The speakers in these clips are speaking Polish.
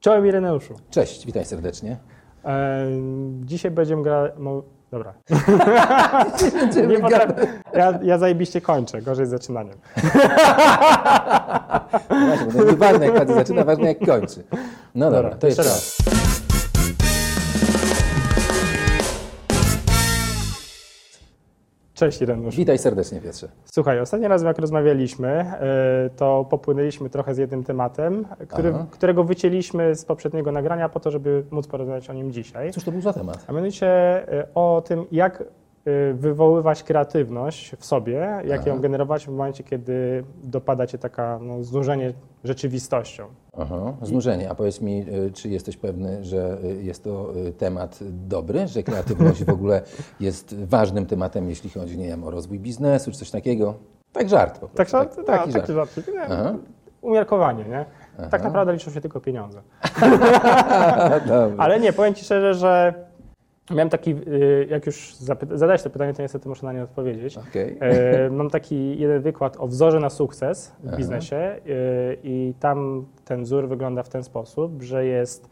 Czołem Ireneuszu. Cześć, witaj serdecznie. Dzisiaj będziemy grać... Dobra. Nie ja zajebiście kończę, gorzej z zaczynaniem. Właśnie, bo to jest ważne jak Patty zaczyna, ważne jak kończy. No dobra, to jeszcze raz. Cześć Ireneusz. Witaj serdecznie, Piotrze. Słuchaj, ostatni raz jak rozmawialiśmy, to popłynęliśmy trochę z jednym tematem, którego wycięliśmy z poprzedniego nagrania po to, żeby móc porozmawiać o nim dzisiaj. Cóż to był za temat? A mianowicie o tym, jak wywoływać kreatywność w sobie, jak ją generować w momencie, kiedy dopada cię taka znużenie rzeczywistością. Znużenie. A powiedz mi, czy jesteś pewny, że jest to temat dobry, że kreatywność w ogóle jest ważnym tematem, jeśli chodzi, nie wiem, o rozwój biznesu, czy coś takiego? Tak żart po prostu. Taki żart. Umiarkowanie, nie? Tak naprawdę liczą się tylko pieniądze. Ale nie, powiem ci szczerze, że miałem taki, jak już zadałeś to pytanie, to niestety muszę na nie odpowiedzieć. Okay. Mam taki jeden wykład o wzorze na sukces w biznesie i tam ten wzór wygląda w ten sposób, że jest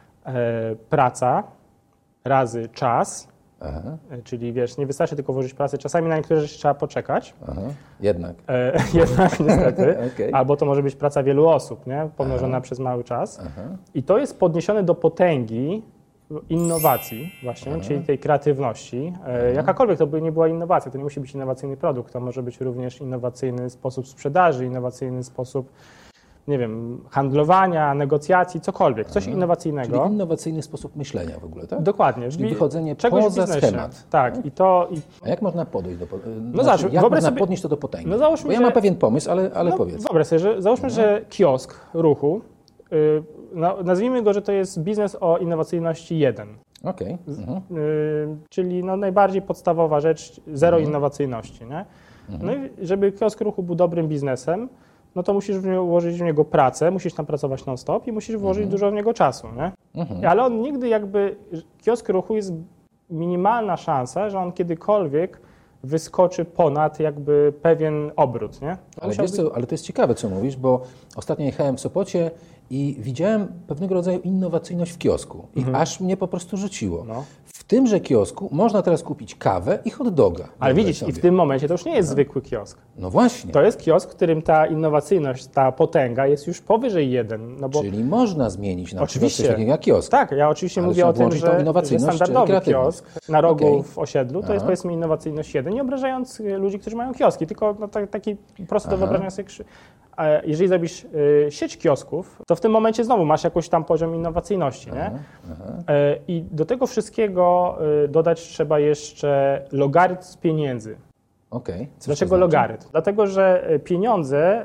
praca razy czas, czyli wiesz, nie wystarczy tylko włożyć pracę, czasami na niektóre rzeczy trzeba poczekać. Jednak. Jednak niestety, albo to może być praca wielu osób, nie? Pomnożona przez mały czas. I to jest podniesione do potęgi innowacji właśnie, czyli tej kreatywności. Jakakolwiek to by nie była innowacja, to nie musi być innowacyjny produkt, to może być również innowacyjny sposób sprzedaży, innowacyjny sposób, nie wiem, handlowania, negocjacji, cokolwiek, coś innowacyjnego. Czyli innowacyjny sposób myślenia w ogóle, tak? Dokładnie. Czyli wychodzenie czegoś poza schemat. Tak. A jak można podejść do podnieść to do potęgi? Bo ja mam pewien pomysł, ale powiedz. Wyobraź sobie, że załóżmy, że kiosk ruchu, nazwijmy go, że to jest biznes o innowacyjności 1. Okej. Czyli najbardziej podstawowa rzecz, zero innowacyjności. Nie? No i żeby kiosk ruchu był dobrym biznesem, no to musisz włożyć w niego pracę, musisz tam pracować non-stop i musisz włożyć dużo w niego czasu. Nie? Ale on nigdy kiosk ruchu jest minimalna szansa, że on kiedykolwiek wyskoczy ponad jakby pewien obrót, nie? Ale wiesz co, ale to jest ciekawe, co mówisz, bo ostatnio jechałem w Sopocie i widziałem pewnego rodzaju innowacyjność w kiosku i aż mnie po prostu rzuciło. W tymże kiosku można teraz kupić kawę i hot doga. Ale widzisz, i w tym momencie to już nie jest zwykły kiosk. No właśnie. To jest kiosk, w którym ta innowacyjność, ta potęga jest już powyżej 1. Czyli można zmienić na przykład coś takiego jak kiosk. Tak, ja oczywiście mówię o tym, że standardowy kiosk na rogu w osiedlu to jest powiedzmy innowacyjność 1, nie obrażając ludzi, którzy mają kioski, tylko taki prosty do wyobrażenia sobie. Jeżeli zrobisz sieć kiosków, to w tym momencie znowu masz jakiś tam poziom innowacyjności, nie? I do tego wszystkiego dodać trzeba jeszcze logarytm z pieniędzy. Dlaczego logarytm? Dlatego, że pieniądze,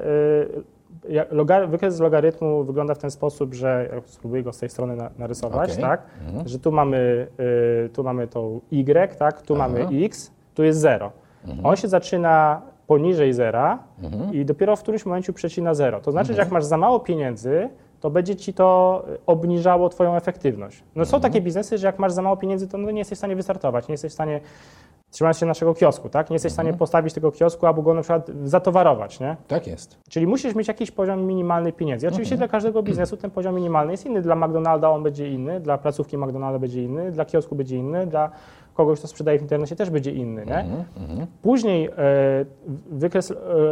wykres z logarytmu wygląda w ten sposób, że spróbuję go z tej strony narysować, tak? Że tu mamy to y, tak? Tu mamy x, tu jest 0. On się zaczyna poniżej zera i dopiero w którymś momencie przecina 0. To znaczy, że jak masz za mało pieniędzy, to będzie ci to obniżało twoją efektywność. Są takie biznesy, że jak masz za mało pieniędzy, to nie jesteś w stanie wystartować, nie jesteś w stanie trzymać się naszego kiosku, tak? Nie jesteś w stanie postawić tego kiosku albo go na przykład zatowarować, nie? Tak jest. Czyli musisz mieć jakiś poziom minimalny pieniędzy. Oczywiście dla każdego biznesu ten poziom minimalny jest inny. Dla McDonalda on będzie inny, dla placówki McDonalda będzie inny, dla kiosku będzie inny, dla kogoś, kto sprzedaje w internecie też będzie inny, nie? Później wykres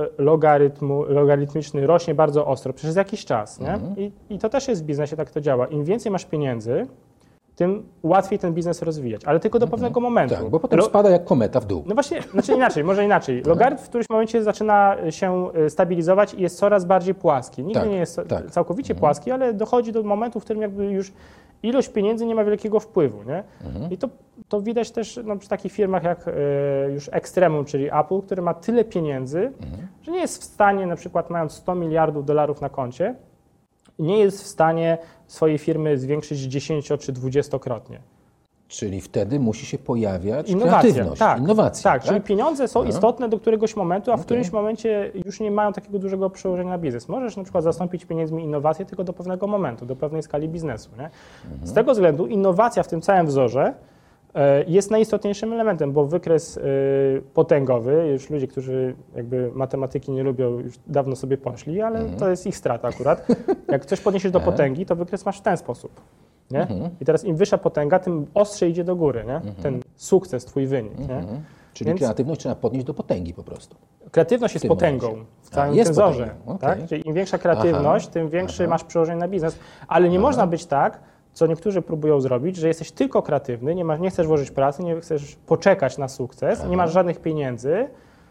logarytmiczny rośnie bardzo ostro przez jakiś czas, nie? I to też jest w biznesie, tak to działa. Im więcej masz pieniędzy, tym łatwiej ten biznes rozwijać, ale tylko do pewnego momentu. Tak, bo potem spada jak kometa w dół. No właśnie, może inaczej. Logarytm w którymś momencie zaczyna się stabilizować i jest coraz bardziej płaski. Nigdy nie jest całkowicie płaski, ale dochodzi do momentu, w którym jakby już ilość pieniędzy nie ma wielkiego wpływu, nie? I to widać też przy takich firmach jak już Extremum, czyli Apple, który ma tyle pieniędzy, że nie jest w stanie, na przykład mając $100 miliardów na koncie, nie jest w stanie swojej firmy zwiększyć 10 czy 20-krotnie. Czyli wtedy musi się pojawiać kreatywność, innowacja. Tak, czyli pieniądze są istotne do któregoś momentu, a w którymś momencie już nie mają takiego dużego przełożenia na biznes. Możesz na przykład zastąpić pieniędzmi innowacje tylko do pewnego momentu, do pewnej skali biznesu. Nie? Z tego względu innowacja w tym całym wzorze jest najistotniejszym elementem, bo wykres potęgowy, już ludzie, którzy jakby matematyki nie lubią, już dawno sobie poszli, ale to jest ich strata akurat. Jak coś podniesiesz do potęgi, to wykres masz w ten sposób. Nie? I teraz im wyższa potęga, tym ostrzej idzie do góry, nie? Ten sukces, twój wynik. Nie? Czyli kreatywność trzeba podnieść do potęgi po prostu. Kreatywność jest potęgą w całym tenzorze. Tak? Czyli im większa kreatywność, tym większy masz przełożenie na biznes. Ale nie można być tak, co niektórzy próbują zrobić, że jesteś tylko kreatywny, nie chcesz włożyć pracy, nie chcesz poczekać na sukces, nie masz żadnych pieniędzy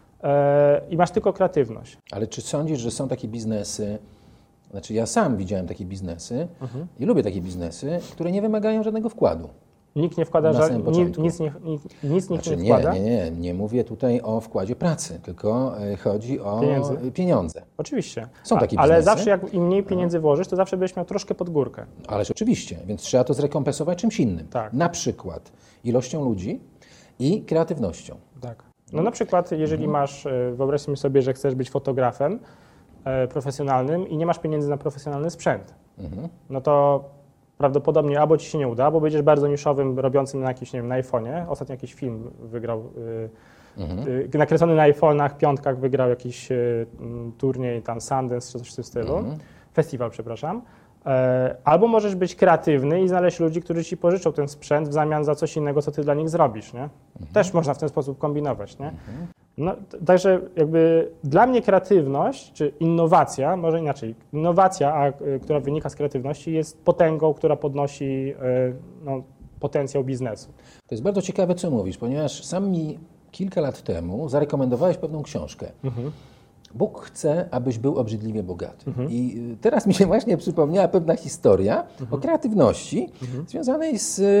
i masz tylko kreatywność. Ale czy sądzisz, że są takie biznesy, znaczy ja sam widziałem takie biznesy i lubię takie biznesy, które nie wymagają żadnego wkładu? Nikt nie wkłada, nic nie wkłada? Nie mówię tutaj o wkładzie pracy, tylko chodzi o pieniądze. Oczywiście. Są takie biznesy. Ale zawsze jak im mniej pieniędzy włożysz, to zawsze będziesz miał troszkę pod górkę. Ależ oczywiście, więc trzeba to zrekompensować czymś innym. Tak. Na przykład ilością ludzi i kreatywnością. Tak. No na przykład jeżeli masz, wyobraźmy sobie, że chcesz być fotografem profesjonalnym i nie masz pieniędzy na profesjonalny sprzęt, no to prawdopodobnie albo ci się nie uda, bo będziesz bardzo niszowym, robiącym na jakimś, nie wiem, na iPhone'ie. Ostatnio jakiś film wygrał, nakręcony na iPhone'ach, piątkach wygrał jakiś turniej, tam Sundance czy coś w tym stylu, festiwal, przepraszam. Albo możesz być kreatywny i znaleźć ludzi, którzy ci pożyczą ten sprzęt w zamian za coś innego, co ty dla nich zrobisz, nie? Też można w ten sposób kombinować, nie? No, także jakby dla mnie kreatywność, czy innowacja, może inaczej, innowacja, która wynika z kreatywności, jest potęgą, która podnosi potencjał biznesu. To jest bardzo ciekawe, co mówisz, ponieważ sam mi kilka lat temu zarekomendowałeś pewną książkę. Bóg chce, abyś był obrzydliwie bogaty. I teraz mi się właśnie przypomniała pewna historia o kreatywności związanej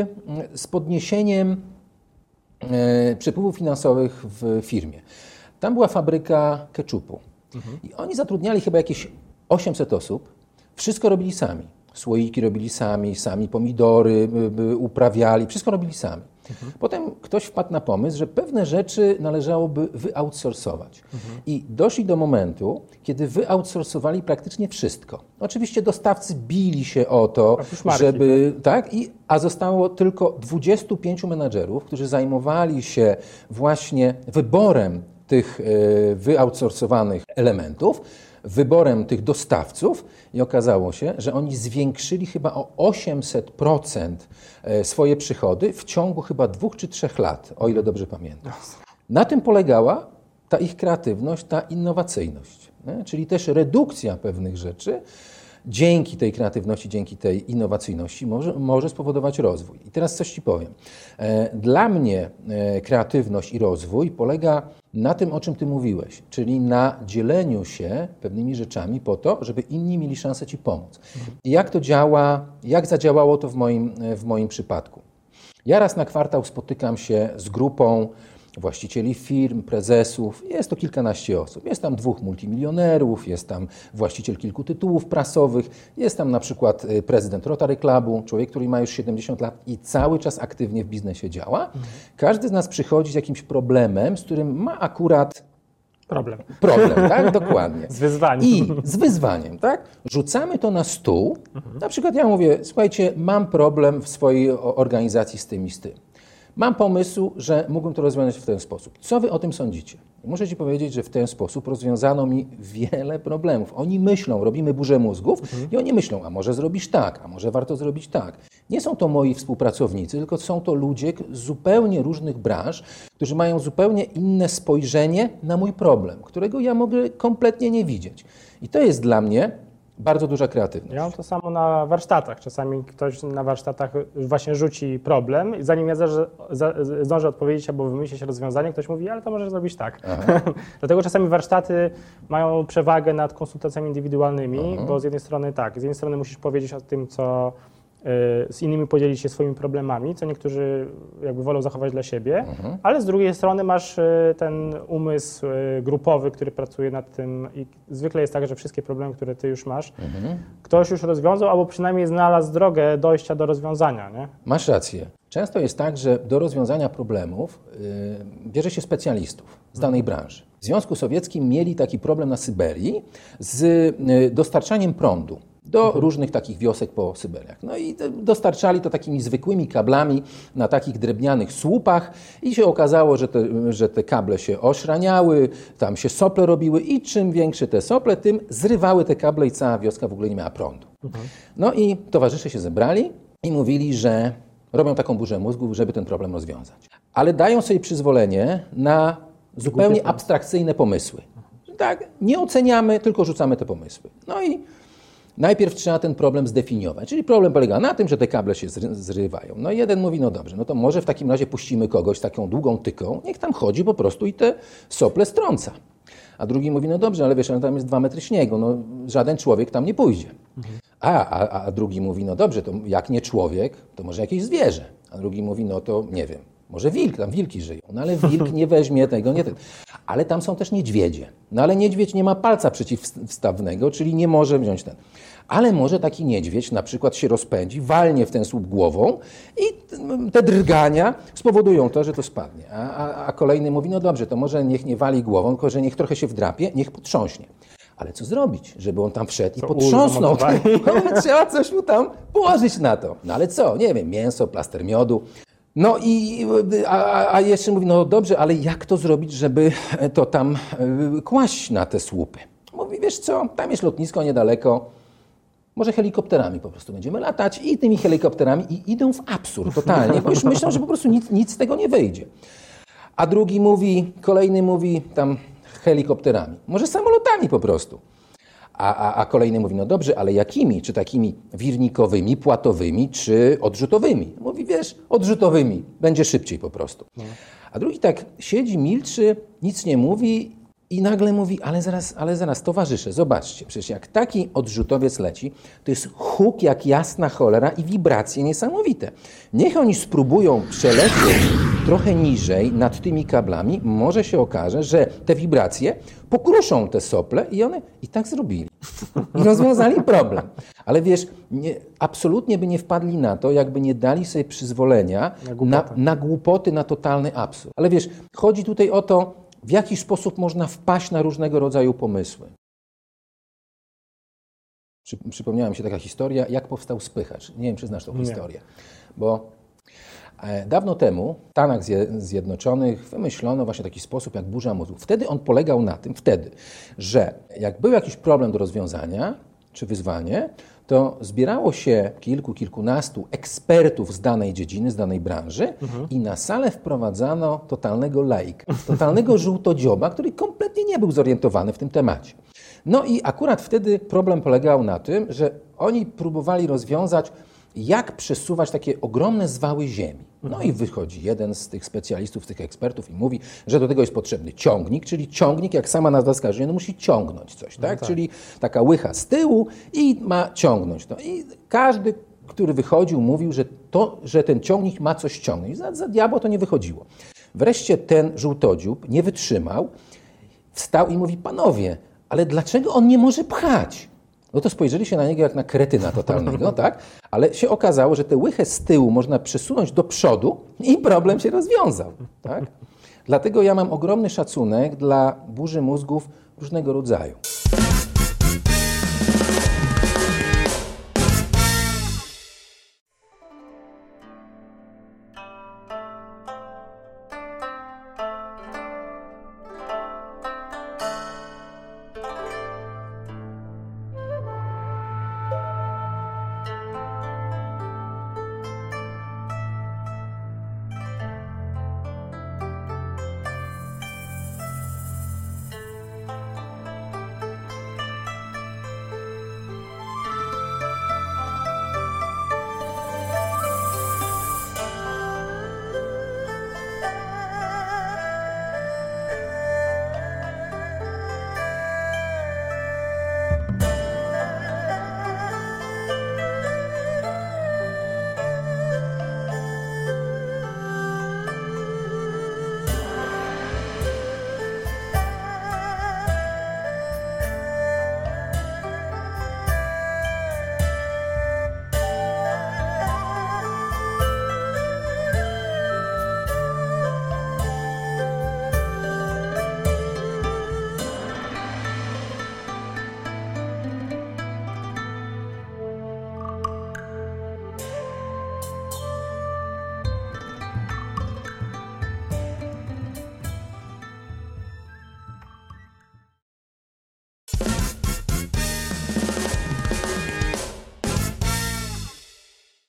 z podniesieniem przepływów finansowych w firmie. Tam była fabryka keczupu i oni zatrudniali chyba jakieś 800 osób. Wszystko robili sami. Słoiki robili sami pomidory uprawiali, wszystko robili sami. Potem ktoś wpadł na pomysł, że pewne rzeczy należałoby wyoutsourcować. I doszli do momentu, kiedy wyoutsourcowali praktycznie wszystko. Oczywiście dostawcy bili się o to, żeby... A zostało tylko 25 menadżerów, którzy zajmowali się właśnie wyborem tych wyoutsourcowanych elementów, wyborem tych dostawców i okazało się, że oni zwiększyli chyba o 800% swoje przychody w ciągu chyba 2 czy 3 lat, o ile dobrze pamiętam. Na tym polegała ta ich kreatywność, ta innowacyjność, nie? Czyli też redukcja pewnych rzeczy dzięki tej kreatywności, dzięki tej innowacyjności może spowodować rozwój. I teraz coś Ci powiem. Dla mnie kreatywność i rozwój polega na tym, o czym Ty mówiłeś, czyli na dzieleniu się pewnymi rzeczami po to, żeby inni mieli szansę Ci pomóc. I jak to działa, jak zadziałało to w moim przypadku? Ja raz na kwartał spotykam się z grupą właścicieli firm, prezesów, jest to kilkanaście osób. Jest tam 2 multimilionerów, jest tam właściciel kilku tytułów prasowych, jest tam na przykład prezydent Rotary Clubu, człowiek, który ma już 70 lat i cały czas aktywnie w biznesie działa. Każdy z nas przychodzi z jakimś problemem, z którym ma akurat problem, tak? Dokładnie. Z wyzwaniem. I z wyzwaniem, tak? Rzucamy to na stół. Na przykład ja mówię, słuchajcie, mam problem w swojej organizacji z tym i z tym. Mam pomysł, że mógłbym to rozwiązać w ten sposób. Co wy o tym sądzicie? Muszę Ci powiedzieć, że w ten sposób rozwiązano mi wiele problemów. Oni myślą, robimy burzę mózgów i oni myślą, a może zrobisz tak, a może warto zrobić tak. Nie są to moi współpracownicy, tylko są to ludzie z zupełnie różnych branż, którzy mają zupełnie inne spojrzenie na mój problem, którego ja mogę kompletnie nie widzieć. I to jest dla mnie bardzo duża kreatywność. Ja mam to samo na warsztatach. Czasami ktoś na warsztatach właśnie rzuci problem, zanim ja zdążę odpowiedzieć albo wymyślić rozwiązanie, ktoś mówi, ale to możesz zrobić tak. Dlatego czasami warsztaty mają przewagę nad konsultacjami indywidualnymi, bo z jednej strony musisz powiedzieć o tym, co z innymi podzielić się swoimi problemami, co niektórzy jakby wolą zachować dla siebie, ale z drugiej strony masz ten umysł grupowy, który pracuje nad tym i zwykle jest tak, że wszystkie problemy, które ty już masz, ktoś już rozwiązał albo przynajmniej znalazł drogę dojścia do rozwiązania. Nie? Masz rację. Często jest tak, że do rozwiązania problemów bierze się specjalistów z danej branży. W Związku Sowieckim mieli taki problem na Syberii z dostarczaniem prądu. do różnych takich wiosek po Syberiach. No i dostarczali to takimi zwykłymi kablami na takich drewnianych słupach i się okazało, że te kable się oszraniały, tam się sople robiły i czym większe te sople, tym zrywały te kable i cała wioska w ogóle nie miała prądu. No i towarzysze się zebrali i mówili, że robią taką burzę mózgów, żeby ten problem rozwiązać. Ale dają sobie przyzwolenie na zupełnie abstrakcyjne pomysły. Tak, nie oceniamy, tylko rzucamy te pomysły. No i najpierw trzeba ten problem zdefiniować. Czyli problem polega na tym, że te kable się zrywają. No i jeden mówi, no dobrze, no to może w takim razie puścimy kogoś z taką długą tyką, niech tam chodzi po prostu i te sople strąca. A drugi mówi, no dobrze, ale wiesz, ale tam jest 2 metry śniegu, no żaden człowiek tam nie pójdzie. A drugi mówi, no dobrze, to jak nie człowiek, to może jakieś zwierzę. A drugi mówi, no to nie wiem, może wilk, tam wilki żyją. No ale wilk nie weźmie tego, nie ten. Ale tam są też niedźwiedzie. No ale niedźwiedź nie ma palca przeciwstawnego, czyli nie może wziąć ten. Ale może taki niedźwiedź na przykład się rozpędzi, walnie w ten słup głową i te drgania spowodują to, że to spadnie. A kolejny mówi, no dobrze, to może niech nie wali głową, tylko że niech trochę się wdrapie, niech potrząśnie. Ale co zrobić, żeby on tam wszedł i potrząsnął? No, trzeba coś mu tam położyć na to. No ale co? Nie wiem, mięso, plaster miodu. No i a jeszcze mówi, no dobrze, ale jak to zrobić, żeby to tam kłaść na te słupy? Mówi, wiesz co, tam jest lotnisko niedaleko, może helikopterami po prostu będziemy latać i tymi helikopterami idą w absurd totalnie, bo już myślą, że po prostu nic z tego nie wyjdzie. A drugi mówi, kolejny mówi tam helikopterami, może samolotami po prostu. A kolejny mówi, no dobrze, ale jakimi? Czy takimi wirnikowymi, płatowymi, czy odrzutowymi? Mówi, wiesz, odrzutowymi, będzie szybciej po prostu. A drugi tak siedzi, milczy, nic nie mówi i nagle mówi, ale zaraz, towarzysze, zobaczcie, przecież jak taki odrzutowiec leci, to jest huk jak jasna cholera i wibracje niesamowite. Niech oni spróbują przelecieć trochę niżej nad tymi kablami, może się okaże, że te wibracje pokruszą te sople i one i tak zrobili. I rozwiązali problem. Ale wiesz, absolutnie by nie wpadli na to, jakby nie dali sobie przyzwolenia na głupoty, na totalny absurd. Ale wiesz, chodzi tutaj o to, w jaki sposób można wpaść na różnego rodzaju pomysły. Przypomniała mi się taka historia, jak powstał spychacz. Nie wiem, czy znasz tą historię. Bo dawno temu w Stanach Zjednoczonych wymyślono właśnie taki sposób jak burza mózgów. Wtedy on polegał na tym, że jak był jakiś problem do rozwiązania, czy wyzwanie, to zbierało się kilkunastu ekspertów z danej dziedziny, z danej branży i na salę wprowadzano totalnego laika, totalnego żółtodzioba, który kompletnie nie był zorientowany w tym temacie. No i akurat wtedy problem polegał na tym, że oni próbowali rozwiązać, jak przesuwać takie ogromne zwały ziemi. No i wychodzi jeden z tych specjalistów, z tych ekspertów i mówi, że do tego jest potrzebny ciągnik, czyli ciągnik, jak sama nazwa wskazuje, no musi ciągnąć coś, tak? Tak? Czyli taka łycha z tyłu i ma ciągnąć to. I każdy, który wychodził, mówił, że ten ciągnik ma coś ciągnąć. Za diabła to nie wychodziło. Wreszcie ten żółtodziób nie wytrzymał, wstał i mówi, panowie, ale dlaczego on nie może pchać? No to spojrzeli się na niego jak na kretyna totalnego, tak? Ale się okazało, że tę łychę z tyłu można przesunąć do przodu i problem się rozwiązał, tak? Dlatego ja mam ogromny szacunek dla burzy mózgów różnego rodzaju.